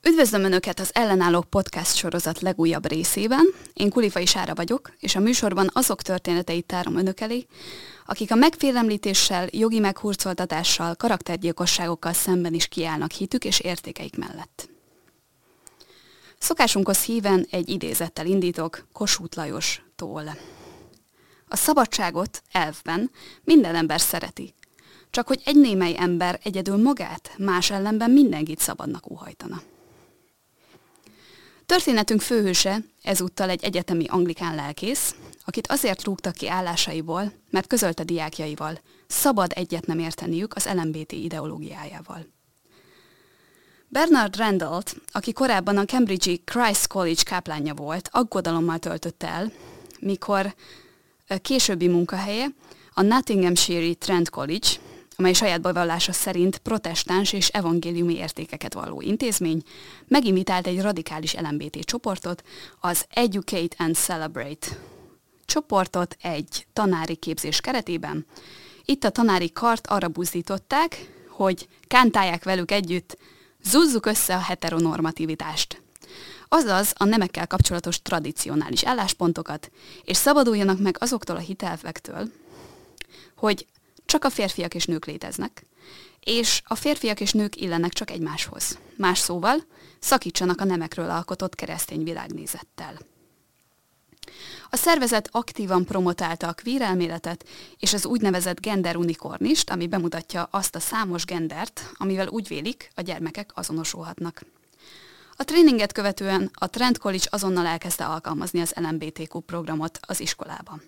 Üdvözlöm Önöket az Ellenállók podcast sorozat legújabb részében. Én Kulifai Sára vagyok, és a műsorban azok történeteit tárom Önök elé, akik a megfélemlítéssel, jogi meghurcoltatással, karaktergyilkosságokkal szemben is kiállnak hitük és értékeik mellett. Szokásunkhoz híven egy idézettel indítok Kossuth Lajostól. A szabadságot elvben minden ember szereti, csak hogy egy némely ember egyedül magát, más ellenben mindenkit szabadnak óhajtana. Történetünk főhőse ezúttal egy egyetemi anglikán lelkész, akit azért rúgtak ki állásaiból, mert közölte diákjaival, szabad egyet nem érteniük az LMBT ideológiájával. Bernard Randallt, aki korábban a Cambridge-i Christ College káplánja volt, aggodalommal töltötte el, mikor későbbi munkahelye a Nottinghamshire-i Trent College, amely saját bevallása szerint protestáns és evangéliumi értékeket valló intézmény, megimitált egy radikális LMBT csoportot, az Educate and Celebrate csoportot egy tanári képzés keretében. Itt a tanári kart arra buzdították, hogy kántálják velük együtt, zúzzuk össze a heteronormativitást. Azaz a nemekkel kapcsolatos tradicionális álláspontokat, és szabaduljanak meg azoktól a hitelvektől, hogy csak a férfiak és nők léteznek, és a férfiak és nők illenek csak egymáshoz. Más szóval, szakítsanak a nemekről alkotott keresztény világnézettel. A szervezet aktívan promotálta a queer elméletet és az úgynevezett gender unikornist, ami bemutatja azt a számos gendert, amivel úgy vélik, a gyermekek azonosulhatnak. A tréninget követően a Trent College azonnal elkezdte alkalmazni az LMBTQ programot az iskolában.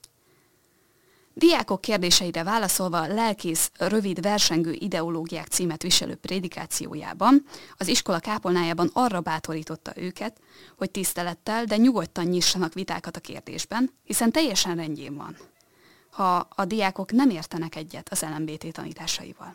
Diákok kérdéseire válaszolva lelkész rövid versengő ideológiák címet viselő prédikációjában az iskola kápolnájában arra bátorította őket, hogy tisztelettel, de nyugodtan nyissanak vitákat a kérdésben, hiszen teljesen rendjén van, ha a diákok nem értenek egyet az LMBT tanításaival.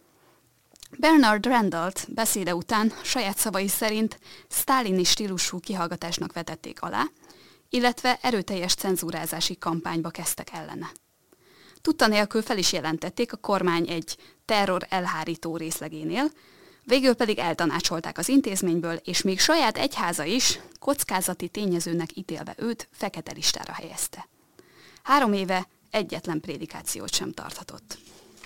Bernard Randallt beszéde után saját szavai szerint sztálini stílusú kihallgatásnak vetették alá, illetve erőteljes cenzúrázási kampányba kezdtek ellene. Tudta nélkül fel is jelentették a kormány egy terror elhárító részlegénél, végül pedig eltanácsolták az intézményből, és még saját egyháza is kockázati tényezőnek ítélve őt fekete listára helyezte. 3 éve egyetlen prédikációt sem tarthatott.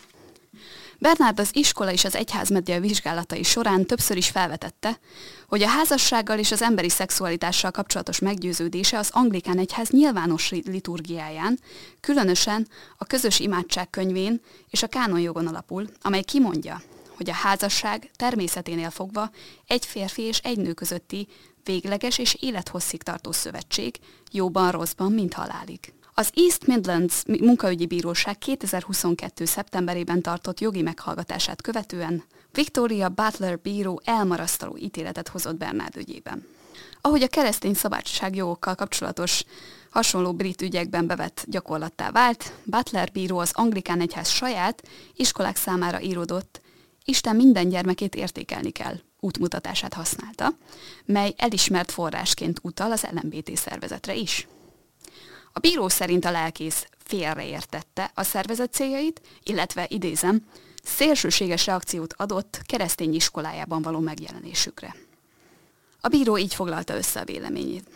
Bernard az iskola és az egyházmedje vizsgálatai során többször is felvetette, hogy a házassággal és az emberi szexualitással kapcsolatos meggyőződése az anglikán egyház nyilvános liturgiáján, különösen a közös imádság könyvén és a kánonjogon alapul, amely kimondja, hogy a házasság természeténél fogva egy férfi és egy nő közötti végleges és élethosszig tartó szövetség, jóban-rosszban, mint halálig. Az East Midlands munkaügyi bíróság 2022. szeptemberében tartott jogi meghallgatását követően Victoria Butler bíró elmarasztaló ítéletet hozott Bernard ügyében. Ahogy a keresztény szabadságjogokkal kapcsolatos hasonló brit ügyekben bevett gyakorlattá vált, Butler bíró az anglikán egyház saját iskolák számára íródott Isten minden gyermekét értékelni kell útmutatását használta, mely elismert forrásként utal az LMBT szervezetre is. A bíró szerint a lelkész félreértette a szervezet céljait, illetve, idézem, szélsőséges reakciót adott keresztény iskolájában való megjelenésükre. A bíró így foglalta össze a véleményét.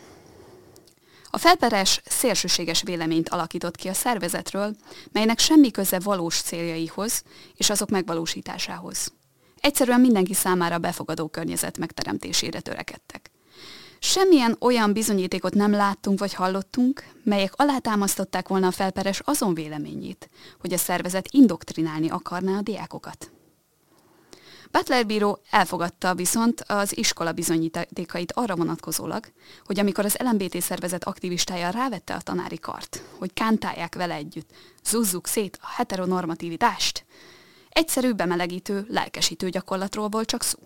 A felperes szélsőséges véleményt alakított ki a szervezetről, melynek semmi köze valós céljaihoz és azok megvalósításához. Egyszerűen mindenki számára befogadó környezet megteremtésére törekedtek. Semmilyen olyan bizonyítékot nem láttunk vagy hallottunk, melyek alátámasztották volna a felperes azon véleményét, hogy a szervezet indoktrinálni akarná a diákokat. Butler bíró elfogadta viszont az iskola bizonyítékait arra vonatkozólag, hogy amikor az LMBT szervezet aktivistája rávette a tanári kart, hogy kántálják vele együtt, zúzzuk szét a heteronormativitást, egyszerű, bemelegítő, lelkesítő gyakorlatról volt csak szó.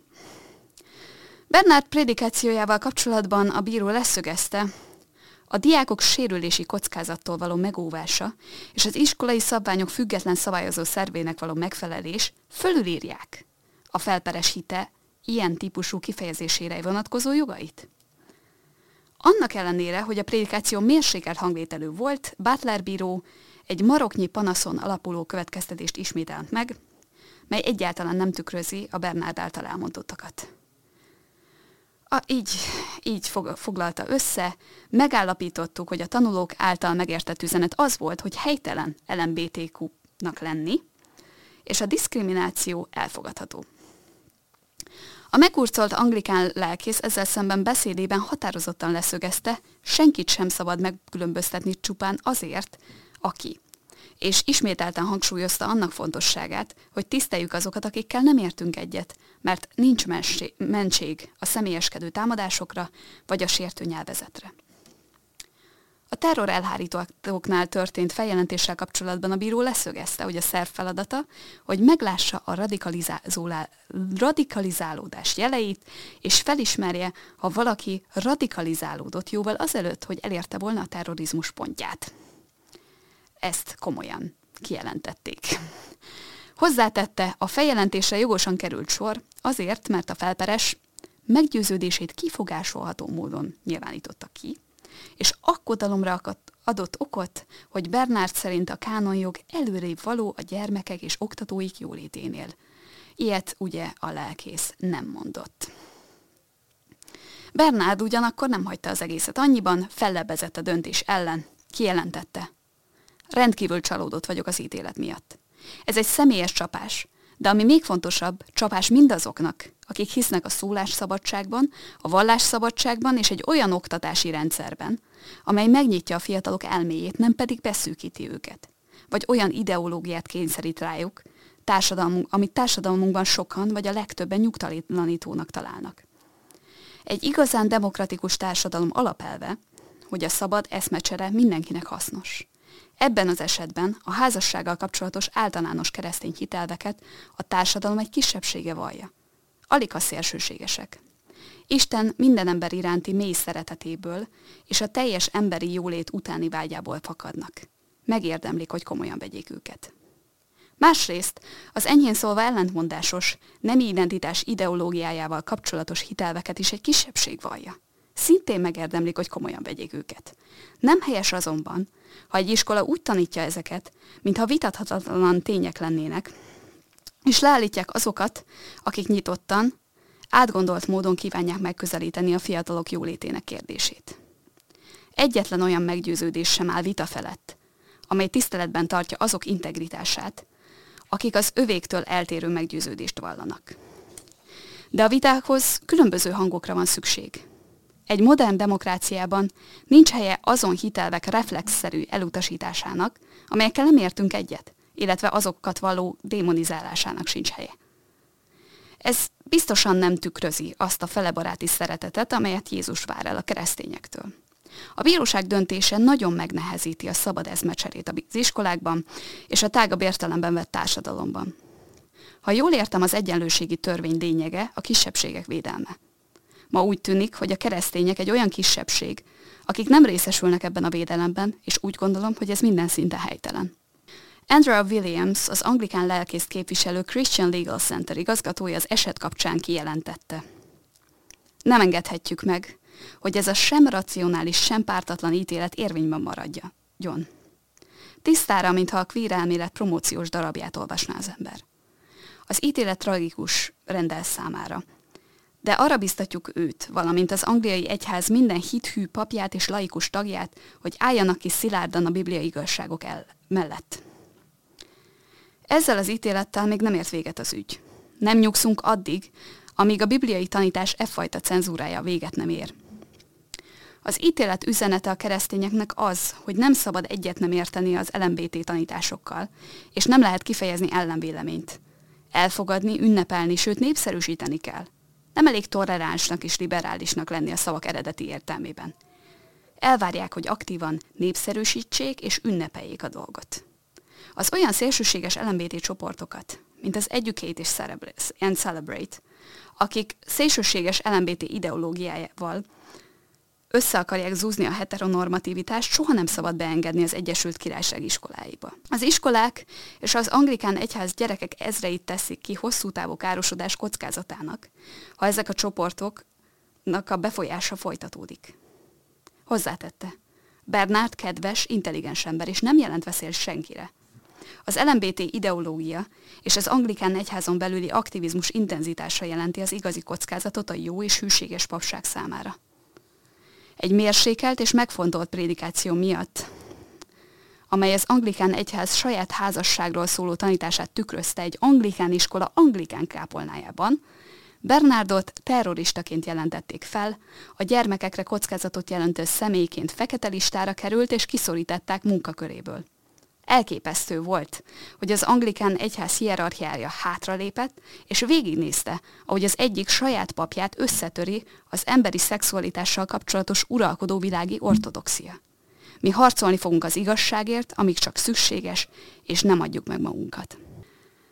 Bernard prédikációjával kapcsolatban a bíró leszögezte, a diákok sérülési kockázattól való megóvása és az iskolai szabványok független szabályozó szervének való megfelelés fölülírják a felperes hite ilyen típusú kifejezésére vonatkozó jogait. Annak ellenére, hogy a prédikáció mérsékelt hangvételű volt, Butler bíró egy maroknyi panaszon alapuló következtetést ismételt meg, mely egyáltalán nem tükrözi a Bernard által elmondottakat. Így foglalta össze, megállapítottuk, hogy a tanulók által megértett üzenet az volt, hogy helytelen LMBTQ-nak lenni, és a diszkrimináció elfogadható. A meghurcolt anglikán lelkész ezzel szemben beszédében határozottan leszögezte, senkit sem szabad megkülönböztetni csupán azért, aki. És ismételten hangsúlyozta annak fontosságát, hogy tiszteljük azokat, akikkel nem értünk egyet, mert nincs mentség a személyeskedő támadásokra vagy a sértő nyelvezetre. A terror elhárítóknál történt feljelentéssel kapcsolatban a bíró leszögezte, hogy a szerv feladata, hogy meglássa a radikalizálódás jeleit, és felismerje, ha valaki radikalizálódott jóval azelőtt, hogy elérte volna a terrorizmus pontját. Ezt komolyan kijelentették. Hozzátette, a feljelentésre jogosan került sor, azért, mert a felperes meggyőződését kifogásolható módon nyilvánította ki, és aggodalomra adott okot, hogy Bernard szerint a kánonjog előrébb való a gyermekek és oktatóik jóléténél. Ilyet ugye a lelkész nem mondott. Bernard ugyanakkor nem hagyta az egészet annyiban, fellebbezett a döntés ellen, kijelentette. Rendkívül csalódott vagyok az ítélet miatt. Ez egy személyes csapás, de ami még fontosabb, csapás mindazoknak, akik hisznek a szólásszabadságban, a vallásszabadságban és egy olyan oktatási rendszerben, amely megnyitja a fiatalok elméjét, nem pedig beszűkíti őket. Vagy olyan ideológiát kényszerít rájuk, amit társadalmunkban sokan vagy a legtöbben nyugtalanítónak találnak. Egy igazán demokratikus társadalom alapelve, hogy a szabad eszmecsere mindenkinek hasznos. Ebben az esetben a házassággal kapcsolatos általános keresztény hitelveket a társadalom egy kisebbsége vallja. Alig a szélsőségesek. Isten minden ember iránti mély szeretetéből és a teljes emberi jólét utáni vágyából fakadnak. Megérdemlik, hogy komolyan vegyék őket. Másrészt az enyhén szólva ellentmondásos, nemi identitás ideológiájával kapcsolatos hitelveket is egy kisebbség vallja. Szintén megérdemlik, hogy komolyan vegyék őket. Nem helyes azonban, ha egy iskola úgy tanítja ezeket, mintha vitathatatlan tények lennének, és leállítják azokat, akik nyitottan, átgondolt módon kívánják megközelíteni a fiatalok jólétének kérdését. Egyetlen olyan meggyőződés sem áll vita felett, amely tiszteletben tartja azok integritását, akik az övéktől eltérő meggyőződést vallanak. De a vitákhoz különböző hangokra van szükség. Egy modern demokráciában nincs helye azon hitelvek reflexzerű elutasításának, amelyekkel nem értünk egyet, illetve azokat való démonizálásának sincs helye. Ez biztosan nem tükrözi azt a felebaráti szeretetet, amelyet Jézus vár el a keresztényektől. A bíróság döntése nagyon megnehezíti a szabad eszmecserét az iskolákban és a tágabb értelemben vett társadalomban. Ha jól értem, az egyenlőségi törvény lényege a kisebbségek védelme. Ma úgy tűnik, hogy a keresztények egy olyan kisebbség, akik nem részesülnek ebben a védelemben, és úgy gondolom, hogy ez minden szinten helytelen. Andrea Williams, az anglikán lelkészt képviselő Christian Legal Center igazgatója az eset kapcsán kijelentette. Nem engedhetjük meg, hogy ez a sem racionális, sem pártatlan ítélet érvényben maradjon. Tisztára, mintha a queer elmélet promóciós darabját olvasná az ember. Az ítélet tragikus rendel számára, de arra biztatjuk őt, valamint az angliai egyház minden hithű papját és laikus tagját, hogy álljanak ki szilárdan a bibliai igazságok mellett. Ezzel az ítélettel még nem ért véget az ügy. Nem nyugszunk addig, amíg a bibliai tanítás fajta cenzúrája véget nem ér. Az ítélet üzenete a keresztényeknek az, hogy nem szabad egyet nem érteni az LMBT tanításokkal, és nem lehet kifejezni ellenvéleményt. Elfogadni, ünnepelni, sőt népszerűsíteni kell. Nem elég toleránsnak és liberálisnak lenni a szavak eredeti értelmében. Elvárják, hogy aktívan népszerűsítsék és ünnepeljék a dolgot. Az olyan szélsőséges LMBT csoportokat, mint az Educate and Celebrate, akik szélsőséges LMBT ideológiájával össze akarják zúzni a heteronormativitást, soha nem szabad beengedni az Egyesült Királyság iskoláiba. Az iskolák és az anglikán egyház gyerekek ezreit teszik ki hosszú távú károsodás kockázatának, ha ezek a csoportoknak a befolyása folytatódik. Hozzátette, Bernard kedves, intelligens ember, és nem jelent veszélyt senkire. Az LMBT ideológia és az anglikán egyházon belüli aktivizmus intenzitása jelenti az igazi kockázatot a jó és hűséges papság számára. Egy mérsékelt és megfontolt prédikáció miatt, amely az anglikán egyház saját házasságról szóló tanítását tükrözte egy anglikán iskola anglikán kápolnájában, Bernardot terroristaként jelentették fel, a gyermekekre kockázatot jelentő személyként fekete listára került és kiszorították munkaköréből. Elképesztő volt, hogy az anglikán egyház hierarchiája hátralépett, és végignézte, ahogy az egyik saját papját összetöri az emberi szexualitással kapcsolatos uralkodó világi ortodoxia. Mi harcolni fogunk az igazságért, amíg csak szükséges, és nem adjuk meg magunkat.